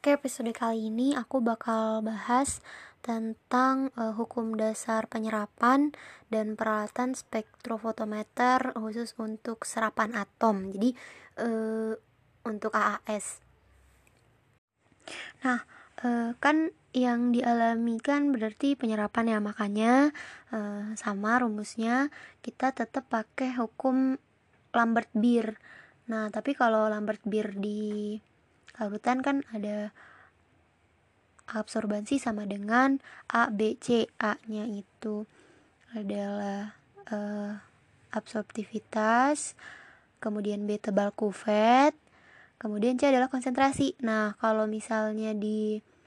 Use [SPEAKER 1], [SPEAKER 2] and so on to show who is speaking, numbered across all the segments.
[SPEAKER 1] Oke, episode kali ini aku bakal bahas tentang hukum dasar penyerapan dan peralatan spektrofotometer khusus untuk serapan atom. Jadi untuk AAS. Nah, kan yang dialami kan berarti penyerapan ya, makanya sama rumusnya kita tetap pakai hukum Lambert-Beer. Nah, tapi kalau Lambert-Beer di larutan kan ada absorbansi sama dengan A, B, C. A-nya itu adalah absorptivitas, kemudian B tebal kuvet, kemudian C adalah konsentrasi. Nah, kalau misalnya di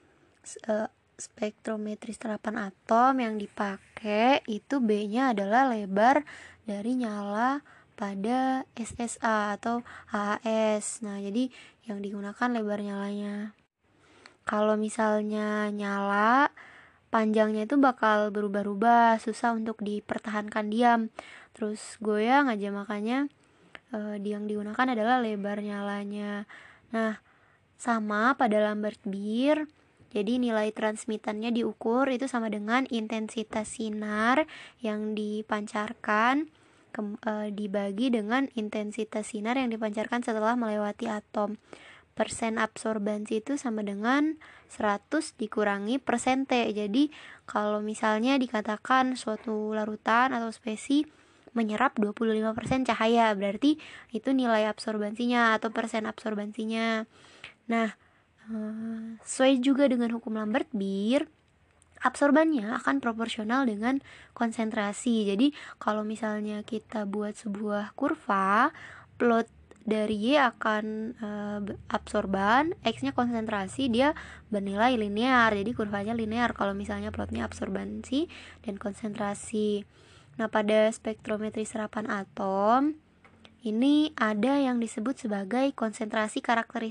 [SPEAKER 1] spektrometri serapan atom yang dipakai itu B-nya adalah lebar dari nyala pada SSA atau HAS. Nah, jadi yang digunakan lebar nyalanya. Kalau misalnya nyala, panjangnya itu bakal berubah-ubah, susah untuk dipertahankan diam. Terus goyang aja, makanya yang digunakan adalah lebar nyalanya. Nah, sama pada Lambert-Beer. Jadi nilai transmitannya diukur itu sama dengan intensitas sinar yang dipancarkan dibagi dengan intensitas sinar yang dipancarkan setelah melewati atom. Persen absorbansi itu sama dengan 100 dikurangi persen T. Jadi kalau misalnya dikatakan suatu larutan atau spesi menyerap 25% cahaya, berarti itu nilai absorbansinya atau persen absorbansinya. Nah, sesuai juga dengan hukum Lambert-Beer, absorbannya akan proporsional dengan konsentrasi. Jadi kalau misalnya kita buat sebuah kurva, plot dari Y akan absorban, X-nya konsentrasi, dia bernilai linear. Jadi kurvanya linear kalau misalnya plotnya absorbansi dan konsentrasi. Nah, pada spektrometri serapan atom ini ada yang disebut sebagai konsentrasi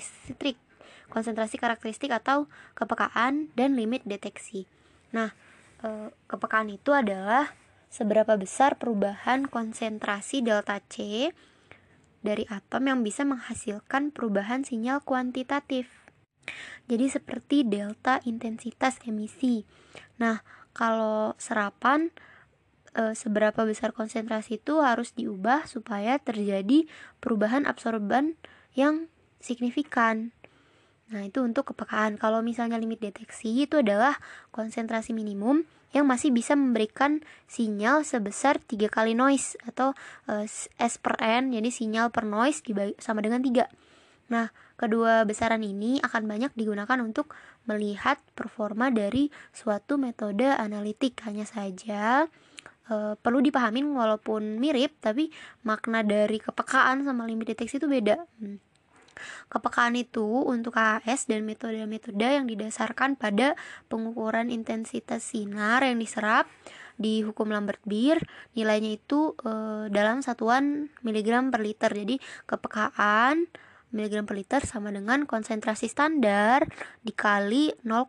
[SPEAKER 1] karakteristik atau kepekaan dan limit deteksi. Nah, kepekaan itu adalah seberapa besar perubahan konsentrasi delta C dari atom yang bisa menghasilkan perubahan sinyal kuantitatif. Jadi seperti delta intensitas emisi. Nah, kalau serapan, seberapa besar konsentrasi itu harus diubah supaya terjadi perubahan absorban yang signifikan. Nah, itu untuk kepekaan. Kalau misalnya limit deteksi itu adalah konsentrasi minimum yang masih bisa memberikan sinyal sebesar 3 kali noise atau S per N, jadi sinyal per noise sama dengan 3. Nah, kedua besaran ini akan banyak digunakan untuk melihat performa dari suatu metode analitik. Hanya saja perlu dipahamin walaupun mirip, tapi makna dari kepekaan sama limit deteksi itu beda. Kepekaan itu untuk AAS dan metode-metode yang didasarkan pada pengukuran intensitas sinar yang diserap di hukum Lambert-Beer, nilainya itu dalam satuan miligram per liter. Jadi kepekaan miligram per liter sama dengan konsentrasi standar dikali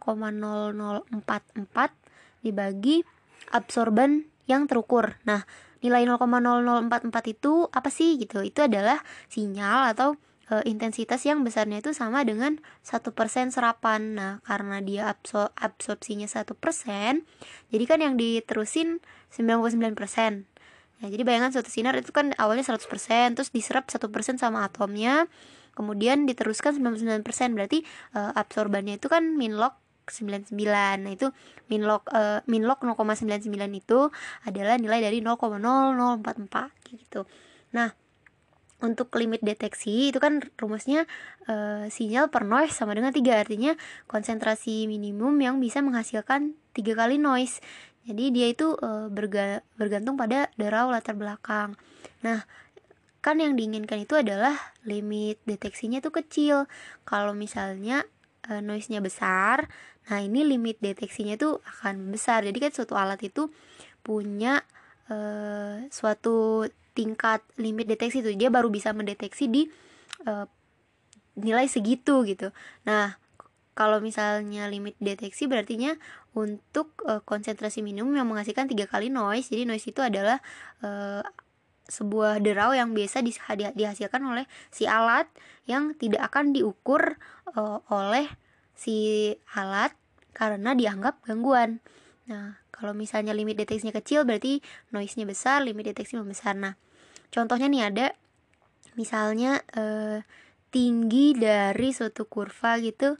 [SPEAKER 1] 0,0044 dibagi absorban yang terukur. Nah, nilai 0,0044 itu apa sih gitu? Itu adalah sinyal atau intensitas yang besarnya itu sama dengan 1% serapan. Nah, karena dia absorpsinya 1%, jadi kan yang diterusin 99%. Nah, jadi bayangan suatu sinar itu kan awalnya 100%, terus diserap 1% sama atomnya, kemudian diteruskan 99%, berarti absorbannya itu kan min log 99. Nah, itu min log 0,99 itu adalah nilai dari 0,0044 gitu. Nah, untuk limit deteksi itu kan rumusnya sinyal per noise sama dengan 3, artinya konsentrasi minimum yang bisa menghasilkan 3 kali noise. Jadi dia itu bergantung pada derau latar belakang. Nah, kan yang diinginkan itu adalah limit deteksinya itu kecil. Kalau misalnya noise-nya besar, nah ini limit deteksinya itu akan besar. Jadi kan suatu alat itu punya suatu tingkat limit deteksi itu, dia baru bisa mendeteksi di nilai segitu gitu. Nah, kalau misalnya limit deteksi berartinya untuk konsentrasi minimum yang menghasilkan 3 kali noise. Jadi noise itu adalah sebuah derau yang biasa dihasilkan oleh si alat yang tidak akan diukur oleh si alat karena dianggap gangguan. Nah, kalau misalnya limit deteksinya kecil berarti noise-nya besar, limit deteksi membesar. Nah, contohnya nih ada misalnya tinggi dari suatu kurva gitu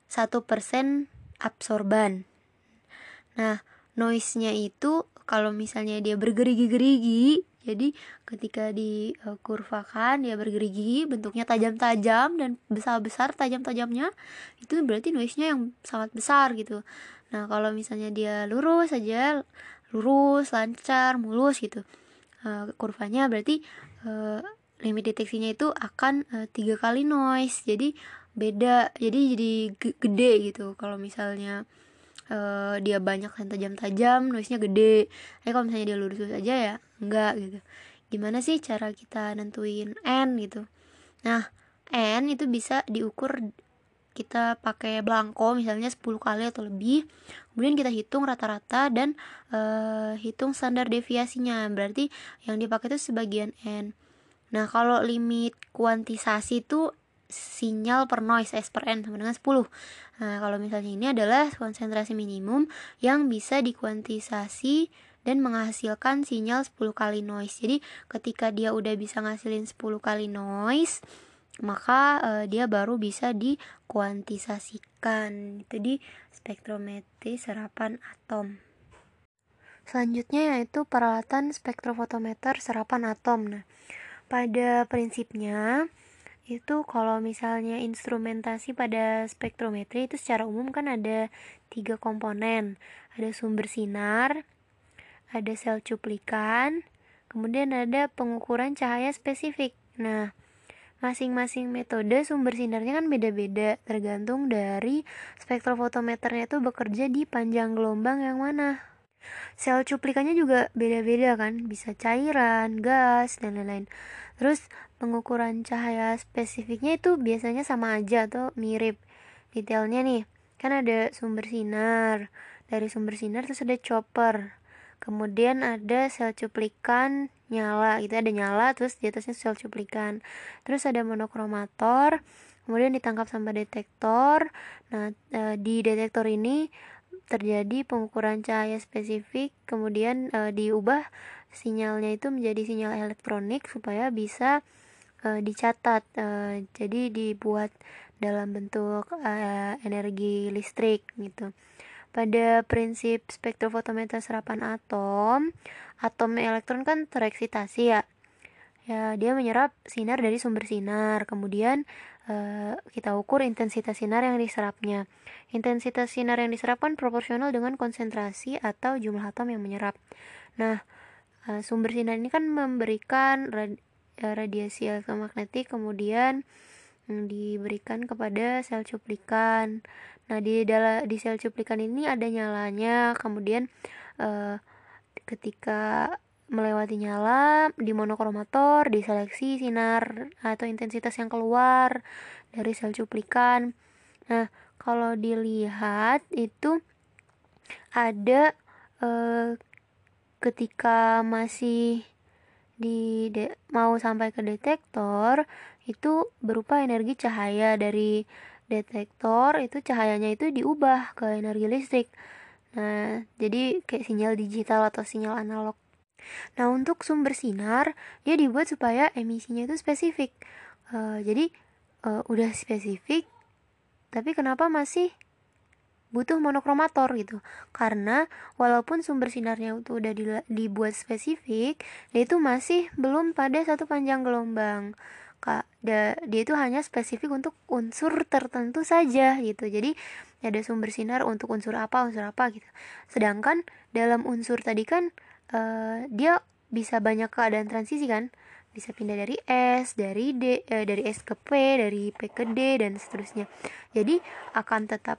[SPEAKER 1] 1% absorban. Nah, noise-nya itu kalau misalnya dia bergerigi-gerigi, jadi ketika dikurvakan dia bergerigi, bentuknya tajam-tajam dan besar-besar tajam-tajamnya, itu berarti noise-nya yang sangat besar gitu. Nah, kalau misalnya dia lurus saja, lurus, lancar, mulus gitu, kurvanya berarti limit deteksinya itu akan 3 kali noise. Jadi beda, jadi gede gitu. Kalau misalnya dia banyak dan tajam-tajam, noise-nya gede. Tapi kalau misalnya dia lurus-lurus aja ya enggak gitu. Gimana sih cara kita nentuin N gitu? Nah, N itu bisa diukur kita pakai belangko misalnya 10 kali atau lebih. Kemudian kita hitung rata-rata dan hitung standar deviasinya. Berarti yang dipakai itu sebagian N. Nah, kalau limit kuantisasi itu sinyal per noise S per N sama dengan 10. Nah, kalau misalnya ini adalah konsentrasi minimum yang bisa dikuantisasi dan menghasilkan sinyal 10 kali noise. Jadi, ketika dia udah bisa ngasilin 10 kali noise, maka dia baru bisa dikuantisasikan. Itu di spektrometri serapan atom. Selanjutnya yaitu peralatan spektrofotometer serapan atom. Nah, pada prinsipnya itu kalau misalnya instrumentasi pada spektrometri itu secara umum kan ada 3 komponen. Ada sumber sinar, ada sel cuplikan, kemudian ada pengukuran cahaya spesifik. Nah, masing-masing metode sumber sinarnya kan beda-beda tergantung dari spektrofotometernya itu bekerja di panjang gelombang yang mana. Sel cuplikannya juga beda-beda kan, bisa cairan, gas, dan lain-lain. Terus pengukuran cahaya spesifiknya itu biasanya sama aja atau mirip. Detailnya nih, kan ada sumber sinar. Dari sumber sinar terus ada chopper. Kemudian ada sel cuplikan nyala, itu ada nyala terus di atasnya sel cuplikan. Terus ada monokromator, kemudian ditangkap sama detektor. Nah, di detektor ini terjadi pengukuran cahaya spesifik, kemudian diubah sinyalnya itu menjadi sinyal elektronik supaya bisa dicatat, jadi dibuat dalam bentuk energi listrik gitu. Pada prinsip spektrofotometer serapan atom, atom elektron kan tereksitasi ya. Ya, dia menyerap sinar dari sumber sinar. Kemudian kita ukur intensitas sinar yang diserapnya. Intensitas sinar yang diserap kan proporsional dengan konsentrasi atau jumlah atom yang menyerap. Nah, sumber sinar ini kan memberikan radiasi elektromagnetik, kemudian diberikan kepada sel cuplikan. Nah, di sel cuplikan ini ada nyalanya, kemudian ketika melewati nyala di monokromator diseleksi sinar atau intensitas yang keluar dari sel cuplikan. Nah, kalau dilihat itu ada ketika masih mau sampai ke detektor itu berupa energi cahaya dari detektor, itu cahayanya itu diubah ke energi listrik. Nah, jadi kayak sinyal digital atau sinyal analog. Nah, untuk sumber sinar dia dibuat supaya emisinya itu spesifik. Jadi udah spesifik, tapi kenapa masih butuh monokromator gitu? Karena walaupun sumber sinarnya itu udah dibuat spesifik, dia itu masih belum pada satu panjang gelombang. Dia itu hanya spesifik untuk unsur tertentu saja gitu. Jadi ada sumber sinar untuk unsur apa gitu. Sedangkan dalam unsur tadi kan dia bisa banyak keadaan transisi kan, bisa pindah dari S, dari D, dari S ke P, dari P ke D dan seterusnya. Jadi akan tetap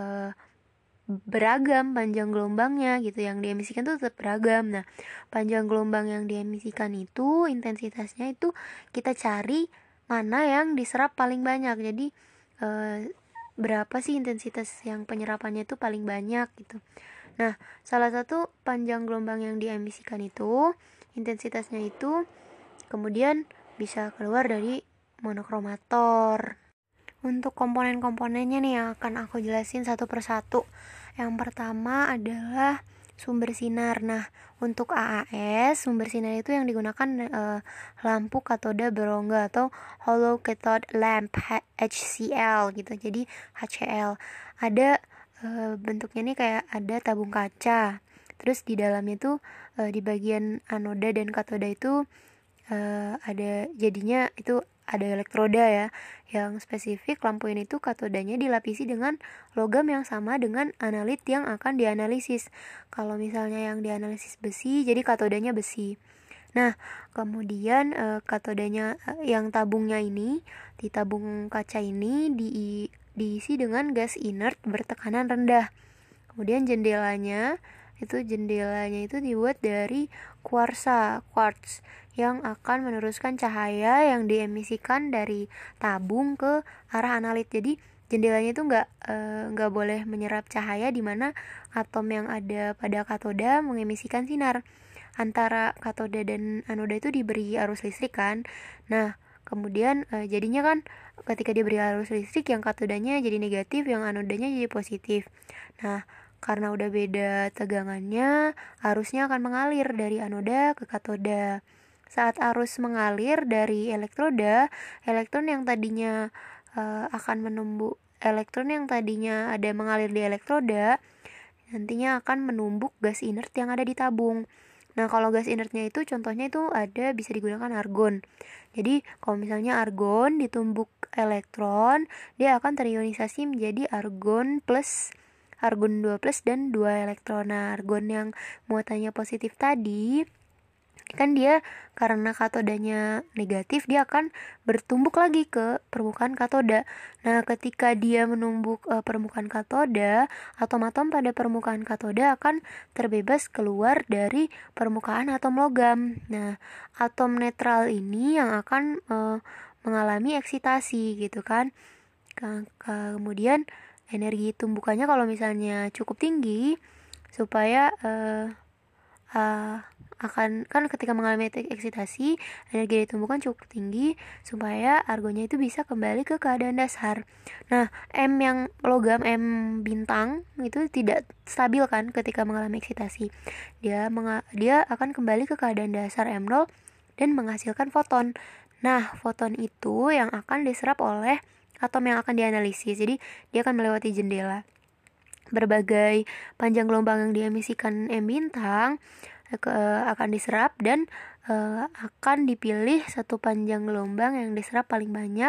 [SPEAKER 1] beragam panjang gelombangnya gitu, yang diemisikan tuh tetap beragam. Nah, panjang gelombang yang diemisikan itu intensitasnya itu kita cari mana yang diserap paling banyak. Jadi berapa sih intensitas yang penyerapannya itu paling banyak gitu. Nah, salah satu panjang gelombang yang diemisikan itu intensitasnya itu kemudian bisa keluar dari monokromator. Untuk komponen-komponennya nih yang akan aku jelasin satu persatu. Yang pertama adalah sumber sinar. Nah, untuk AAS, sumber sinar itu yang digunakan lampu katoda berongga atau hollow cathode lamp HCL gitu. Jadi HCL. Ada bentuknya nih kayak ada tabung kaca. Terus di dalamnya tuh di bagian anoda dan katoda itu ada jadinya itu ada elektroda ya yang spesifik. Lampu ini tuh katodanya dilapisi dengan logam yang sama dengan analit yang akan dianalisis. Kalau misalnya yang dianalisis besi, jadi katodanya besi. Nah, kemudian katodanya yang tabungnya ini di tabung kaca ini diisi dengan gas inert bertekanan rendah. Kemudian jendelanya itu dibuat dari quartz yang akan meneruskan cahaya yang diemisikan dari tabung ke arah analit. Jadi jendelanya itu nggak boleh menyerap cahaya, di mana atom yang ada pada katoda mengemisikan sinar. Antara katoda dan anoda itu diberi arus listrik kan. Nah, kemudian jadinya kan ketika diberi arus listrik, yang katodanya jadi negatif, yang anodanya jadi positif. Nah, karena udah beda tegangannya, arusnya akan mengalir dari anoda ke katoda. Saat arus mengalir dari elektroda, elektron yang tadinya elektron yang tadinya ada mengalir di elektroda nantinya akan menumbuk gas inert yang ada di tabung. Nah, kalau gas inertnya itu contohnya itu bisa digunakan argon. Jadi, kalau misalnya argon ditumbuk elektron, dia akan terionisasi menjadi argon 2 plus dan 2 elektron. Nah, argon yang muatannya positif tadi kan dia karena katodanya negatif, dia akan bertumbuk lagi ke permukaan katoda. Nah, ketika dia menumbuk permukaan katoda, atom-atom pada permukaan katoda akan terbebas keluar dari permukaan atom logam. Nah, atom netral ini yang akan mengalami eksitasi gitu kan. Kemudian energi tumbukannya kalau misalnya cukup tinggi, supaya akan kan ketika mengalami eksitasi, energi ditumbuhkan cukup tinggi supaya argonnya itu bisa kembali ke keadaan dasar. Nah, M bintang itu tidak stabil kan ketika mengalami eksitasi. Dia akan kembali ke keadaan dasar M0 dan menghasilkan foton. Nah, foton itu yang akan diserap oleh atom yang akan dianalisis. Jadi, dia akan melewati jendela. Berbagai panjang gelombang yang diemisikan M bintang akan diserap dan akan dipilih satu panjang gelombang yang diserap paling banyak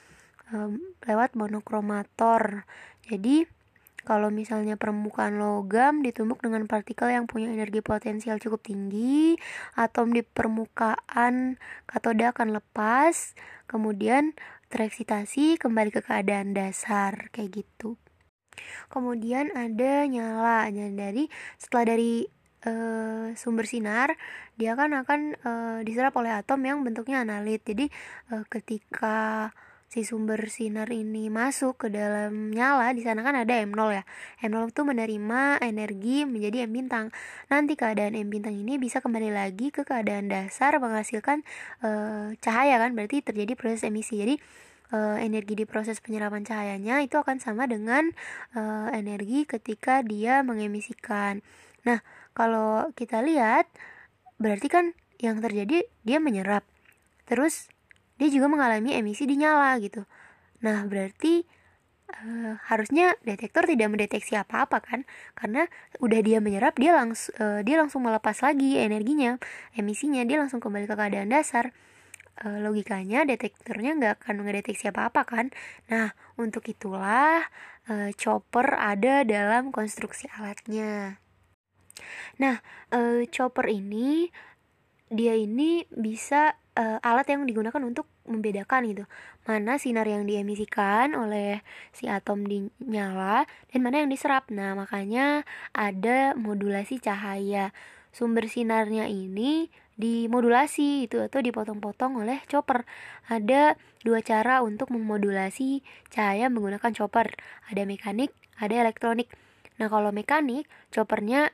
[SPEAKER 1] lewat monokromator. Jadi kalau misalnya permukaan logam ditumbuk dengan partikel yang punya energi potensial cukup tinggi, atom di permukaan katoda akan lepas, kemudian tereksitasi kembali ke keadaan dasar kayak gitu. Kemudian ada nyala. Setelah dari sumber sinar, dia akan diserap oleh atom yang bentuknya analit. Jadi ketika si sumber sinar ini masuk ke dalam nyala, di sana kan ada M0 ya. M0 itu menerima energi menjadi M bintang. Nanti keadaan M bintang ini bisa kembali lagi ke keadaan dasar menghasilkan cahaya kan, berarti terjadi proses emisi. Jadi energi di proses penyerapan cahayanya itu akan sama dengan energi ketika dia mengemisikan. Nah, kalau kita lihat, berarti kan yang terjadi dia menyerap, terus dia juga mengalami emisi di nyala gitu. Nah, berarti harusnya detektor tidak mendeteksi apa-apa kan, karena udah dia menyerap, dia langsung melepas lagi energinya, emisinya, dia langsung kembali ke keadaan dasar. Logikanya detektornya nggak akan mendeteksi apa-apa kan. Nah, untuk itulah chopper ada dalam konstruksi alatnya. Nah, chopper ini dia ini bisa alat yang digunakan untuk membedakan gitu, mana sinar yang diemisikan oleh si atom di nyala dan mana yang diserap. Nah, makanya ada modulasi cahaya. Sumber sinarnya ini dimodulasi itu atau dipotong-potong oleh chopper. Ada dua cara untuk memodulasi cahaya menggunakan chopper. Ada mekanik, ada elektronik. Nah, kalau mekanik, choppernya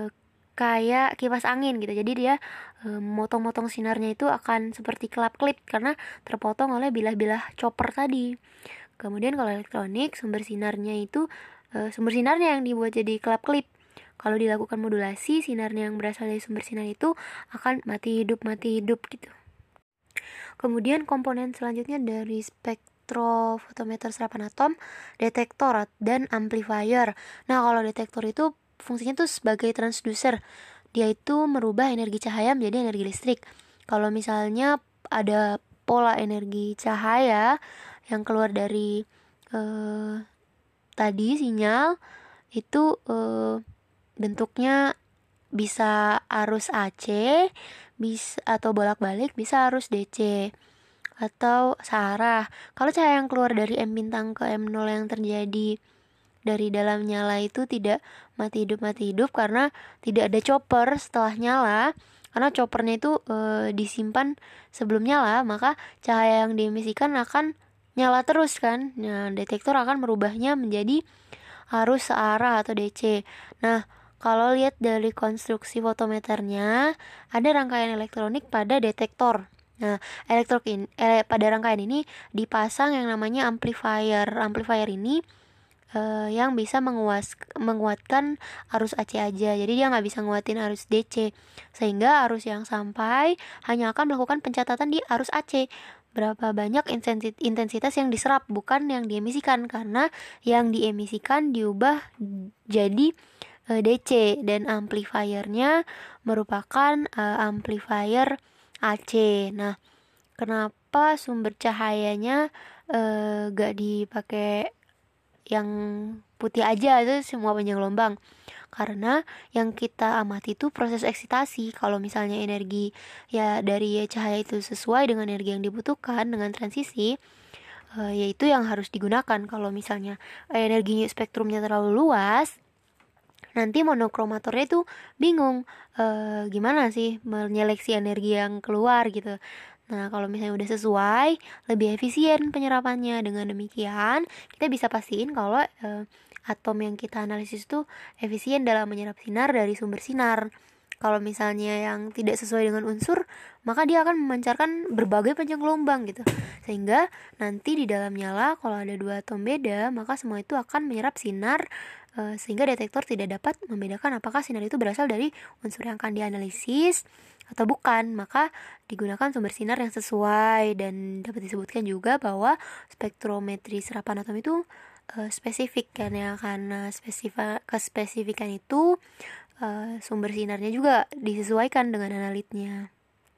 [SPEAKER 1] kayak kipas angin gitu. Jadi dia motong-motong sinarnya itu akan seperti kelap-kelip karena terpotong oleh bilah-bilah chopper tadi. Kemudian kalau elektronik, sumber sinarnya yang dibuat jadi kelap-kelip. Kalau dilakukan modulasi, sinarnya yang berasal dari sumber sinar itu akan mati hidup gitu. Kemudian komponen selanjutnya dari spektrofotometer serapan atom, detektor dan amplifier. Nah, kalau detektor itu fungsinya tuh sebagai transducer. Dia itu merubah energi cahaya menjadi energi listrik. Kalau misalnya ada pola energi cahaya yang keluar dari tadi sinyal itu bentuknya bisa arus AC, bisa atau bolak-balik, bisa arus DC atau searah. Kalau cahaya yang keluar dari M bintang ke M0 yang terjadi dari dalam nyala itu tidak mati hidup karena tidak ada chopper setelah nyala. Karena choppernya itu disimpan sebelum nyala, maka cahaya yang diemisikan akan nyala terus kan. Nah, detektor akan merubahnya menjadi arus searah atau DC. Nah, kalau lihat dari konstruksi fotometernya, ada rangkaian elektronik pada detektor. Nah, pada rangkaian ini dipasang yang namanya amplifier. Amplifier ini yang bisa menguatkan arus AC aja. Jadi dia nggak bisa nguatin arus DC. Sehingga arus yang sampai hanya akan melakukan pencatatan di arus AC. Berapa banyak intensitas yang diserap, bukan yang diemisikan. Karena yang diemisikan diubah jadi DC dan amplifiernya merupakan amplifier AC. Nah, kenapa sumber cahayanya gak dipakai yang putih aja, itu semua panjang gelombang? Karena yang kita amati itu proses eksitasi. Kalau misalnya energi ya dari cahaya itu sesuai dengan energi yang dibutuhkan dengan transisi, yaitu yang harus digunakan. Kalau misalnya energinya spektrumnya terlalu luas, nanti monokromatornya tuh bingung gimana sih menyeleksi energi yang keluar gitu. Nah, kalau misalnya udah sesuai, lebih efisien penyerapannya. Dengan demikian, kita bisa pastiin kalau atom yang kita analisis tuh efisien dalam menyerap sinar dari sumber sinar. Kalau misalnya yang tidak sesuai dengan unsur, maka dia akan memancarkan berbagai panjang gelombang gitu. Sehingga nanti di dalam nyala, kalau ada dua atom beda, maka semua itu akan menyerap sinar, sehingga detektor tidak dapat membedakan apakah sinar itu berasal dari unsur yang akan dianalisis atau bukan. Maka digunakan sumber sinar yang sesuai. Dan dapat disebutkan juga bahwa spektrometri serapan atom itu spesifik kan ya, karena kespesifikan itu sumber sinarnya juga disesuaikan dengan analitnya.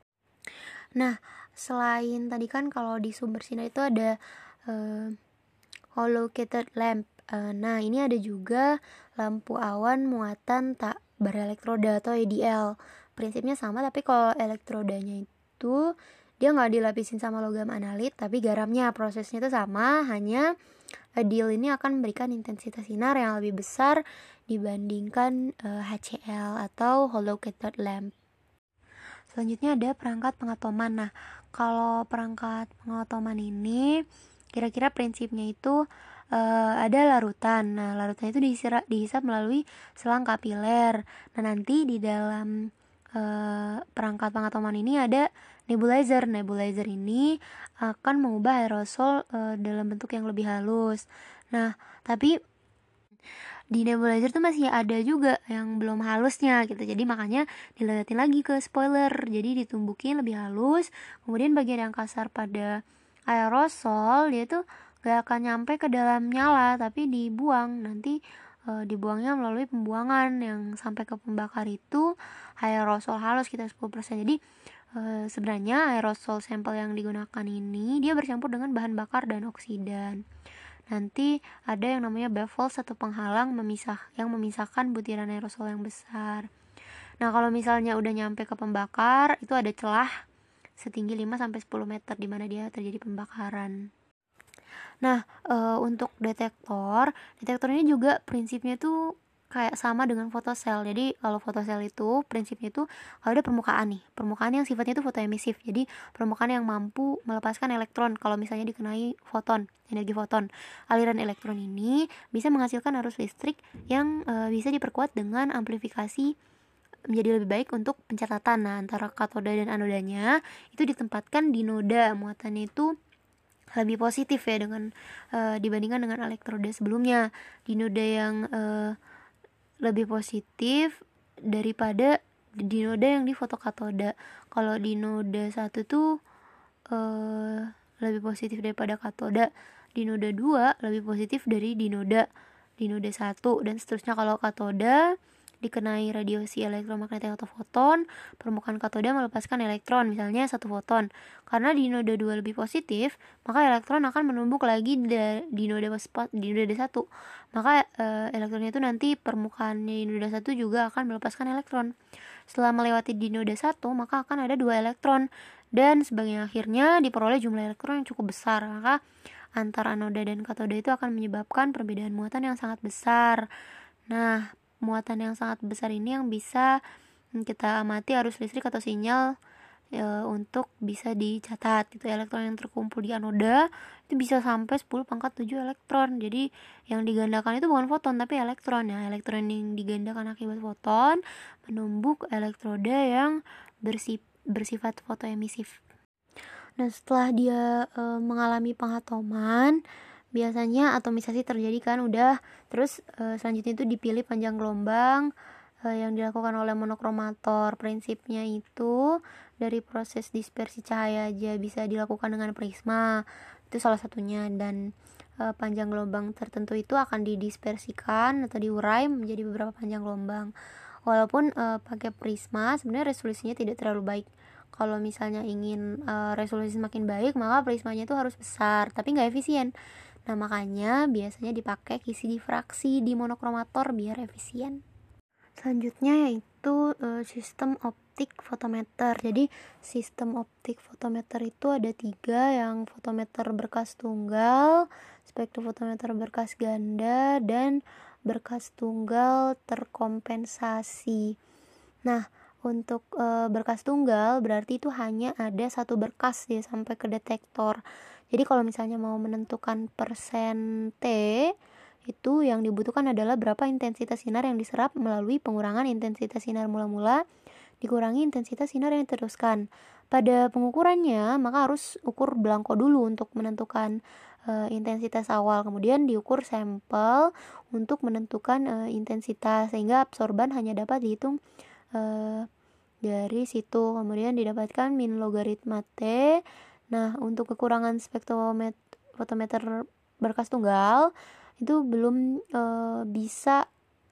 [SPEAKER 1] Nah, selain tadi kan kalau di sumber sinar itu ada holocated lamp. Nah, ini ada juga lampu awan muatan tak berelektroda atau EDL. Prinsipnya sama, tapi kalau elektrodanya itu dia nggak dilapisin sama logam analit, tapi garamnya. Prosesnya itu sama, hanya EDL ini akan memberikan intensitas sinar yang lebih besar dibandingkan HCl atau holocated lamp. Selanjutnya ada perangkat pengatoman. Nah, kalau perangkat pengatoman ini kira-kira prinsipnya itu ada larutan. Nah, larutan itu dihisap melalui selang kapiler. Nah, nanti di dalam perangkat pengatoman ini ada nebulizer. Nebulizer ini akan mengubah aerosol dalam bentuk yang lebih halus. Nah, tapi di nebulizer tuh masih ada juga yang belum halusnya gitu. Jadi makanya dilihatin lagi ke spoiler. Jadi ditumbukin lebih halus. Kemudian bagian yang kasar pada aerosol dia tuh gak akan nyampe ke dalam nyala, tapi dibuang. Nanti dibuangnya melalui pembuangan yang sampai ke pembakar itu aerosol halus kita 10%. Jadi sebenarnya aerosol sampel yang digunakan ini dia bercampur dengan bahan bakar dan oksidan. Nanti ada yang namanya baffles atau penghalang yang memisahkan butiran aerosol yang besar. Nah, kalau misalnya udah nyampe ke pembakar, itu ada celah setinggi 5-10 meter di mana dia terjadi pembakaran. Nah, untuk detektor ini juga prinsipnya tuh kayak sama dengan fotosel. Jadi kalau fotosel itu prinsipnya itu kalau ada permukaan yang sifatnya itu fotoemisif. Jadi permukaan yang mampu melepaskan elektron kalau misalnya dikenai energi foton. Aliran elektron ini bisa menghasilkan arus listrik yang bisa diperkuat dengan amplifikasi menjadi lebih baik untuk pencatatan. Nah, antara katoda dan anodanya itu ditempatkan di noda. Muatannya itu lebih positif ya dengan dibandingkan dengan elektroda sebelumnya. Dinoda yang lebih positif daripada dinoda yang di fotokatoda. Kalau dinoda 1 tuh lebih positif daripada katoda. Dinoda 2 lebih positif dari dinoda 1 dan seterusnya. Kalau katoda dikenai radiasi elektromagnetik atau foton, permukaan katoda melepaskan elektron, misalnya 1 foton. Karena dinoda 2 lebih positif, maka elektron akan menumbuk lagi di noda 1. Maka elektronnya itu nanti permukaannya dinoda 1 juga akan melepaskan elektron. Setelah melewati dinoda 1, maka akan ada 2 elektron dan sebagian akhirnya diperoleh jumlah elektron yang cukup besar. Maka antara anoda dan katoda itu akan menyebabkan perbedaan muatan yang sangat besar. Nah, muatan yang sangat besar ini yang bisa kita amati arus listrik atau sinyal untuk bisa dicatat. Itu elektron yang terkumpul di anoda itu bisa sampai 10 pangkat 7 elektron. Jadi yang digandakan itu bukan foton tapi elektron ya. Elektron yang digandakan akibat foton menumbuk elektroda yang bersifat fotoemisif. Nah, setelah dia mengalami pengatoman, biasanya atomisasi terjadi kan udah. Terus selanjutnya itu dipilih panjang gelombang yang dilakukan oleh monokromator. Prinsipnya itu dari proses dispersi cahaya aja bisa dilakukan dengan prisma. Itu salah satunya. Dan panjang gelombang tertentu itu akan didispersikan atau diurai menjadi beberapa panjang gelombang. Walaupun pakai prisma sebenarnya resolusinya tidak terlalu baik. Kalau misalnya ingin resolusi semakin baik, maka prismanya itu harus besar, tapi nggak efisien. Nah, makanya biasanya dipakai kisi difraksi di monokromator biar efisien. Selanjutnya yaitu sistem optik fotometer. Jadi sistem optik fotometer itu ada 3, yang fotometer berkas tunggal, spektrofotometer berkas ganda, dan berkas tunggal terkompensasi. Nah, untuk berkas tunggal berarti itu hanya ada 1 berkas ya sampai ke detektor. Jadi kalau misalnya mau menentukan persen T, itu yang dibutuhkan adalah berapa intensitas sinar yang diserap melalui pengurangan intensitas sinar mula-mula dikurangi intensitas sinar yang diteruskan. Pada pengukurannya maka harus ukur belangko dulu untuk menentukan intensitas awal, kemudian diukur sampel untuk menentukan intensitas, sehingga absorban hanya dapat dihitung dari situ. Kemudian didapatkan min logaritma T. Nah, untuk kekurangan spektrofotometer berkas tunggal itu belum bisa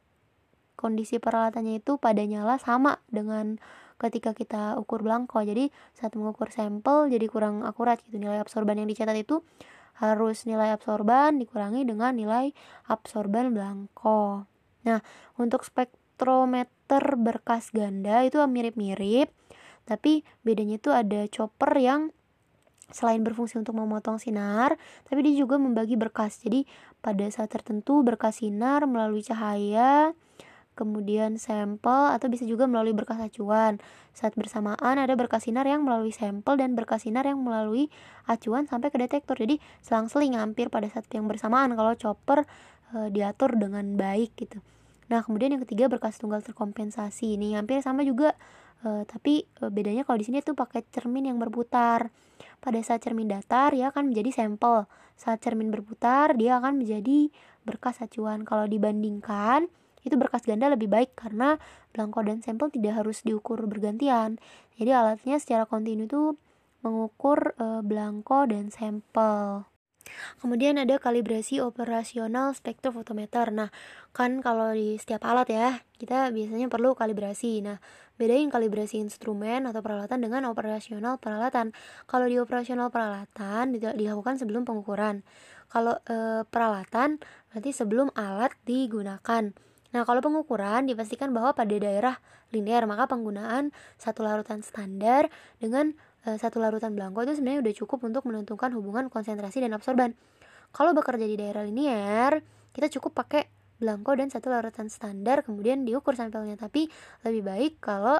[SPEAKER 1] kondisi peralatannya itu pada nyala sama dengan ketika kita ukur belangko. Jadi saat mengukur sampel jadi kurang akurat gitu. Nilai absorban yang dicatat itu harus nilai absorban dikurangi dengan nilai absorban belangko. Nah, untuk spektrometer berkas ganda itu mirip-mirip, tapi bedanya itu ada chopper yang selain berfungsi untuk memotong sinar, tapi dia juga membagi berkas. Jadi pada saat tertentu berkas sinar melalui cahaya, kemudian sampel, atau bisa juga melalui berkas acuan. Saat bersamaan ada berkas sinar yang melalui sampel dan berkas sinar yang melalui acuan sampai ke detektor. Jadi selang-seling hampir pada saat yang bersamaan kalau chopper diatur dengan baik gitu. Nah, kemudian yang ketiga berkas tunggal terkompensasi. Ini hampir sama juga, tapi bedanya kalau di sini tuh pakai cermin yang berputar. Pada saat cermin datar dia akan menjadi sampel. Saat cermin berputar dia akan menjadi berkas acuan. Kalau dibandingkan itu berkas ganda lebih baik karena belangko dan sampel tidak harus diukur bergantian. Jadi alatnya secara kontinu itu mengukur belangko dan sampel. Kemudian ada kalibrasi operasional spektrofotometer. Nah, kan kalau di setiap alat ya, kita biasanya perlu kalibrasi. Nah, bedain kalibrasi instrumen atau peralatan dengan operasional peralatan. Kalau di operasional peralatan dilakukan sebelum pengukuran. Kalau peralatan berarti sebelum alat digunakan. Nah, kalau pengukuran dipastikan bahwa pada daerah linear, maka penggunaan satu larutan standar dengan satu larutan belangko itu sebenarnya udah cukup untuk menentukan hubungan konsentrasi dan absorban. Kalau bekerja di daerah linear, kita cukup pakai belangko dan satu larutan standar, kemudian diukur sampelnya. Tapi lebih baik kalau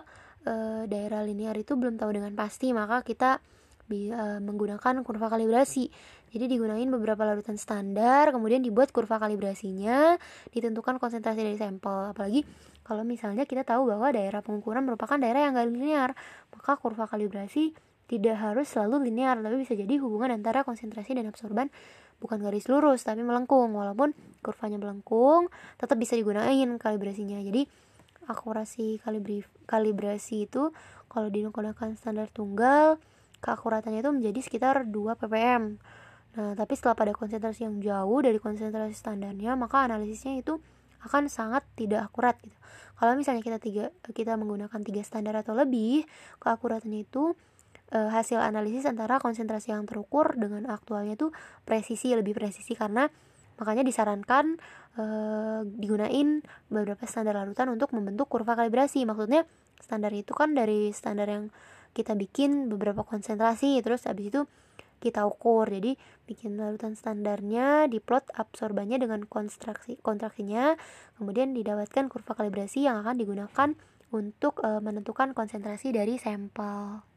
[SPEAKER 1] daerah linear itu belum tahu dengan pasti, maka kita menggunakan kurva kalibrasi. Jadi digunain beberapa larutan standar, kemudian dibuat kurva kalibrasinya, ditentukan konsentrasi dari sampel. Apalagi kalau misalnya kita tahu bahwa daerah pengukuran merupakan daerah yang gak linear, maka kurva kalibrasi tidak harus selalu linear, tapi bisa jadi hubungan antara konsentrasi dan absorban bukan garis lurus tapi melengkung. Walaupun kurvanya melengkung, tetap bisa digunain kalibrasinya. Jadi akurasi kalibrasi itu kalau digunakan standar tunggal, keakuratannya itu menjadi sekitar 2 ppm. Nah, tapi setelah pada konsentrasi yang jauh dari konsentrasi standarnya, maka analisisnya itu akan sangat tidak akurat gitu. Kalau misalnya kita menggunakan 3 standar atau lebih, keakuratannya itu hasil analisis antara konsentrasi yang terukur dengan aktualnya tuh lebih presisi, karena makanya disarankan digunain beberapa standar larutan untuk membentuk kurva kalibrasi. Maksudnya standar itu kan dari standar yang kita bikin beberapa konsentrasi, terus habis itu kita ukur. Jadi bikin larutan standarnya, diplot absorbannya dengan kontraksinya, kemudian didapatkan kurva kalibrasi yang akan digunakan untuk menentukan konsentrasi dari sampel.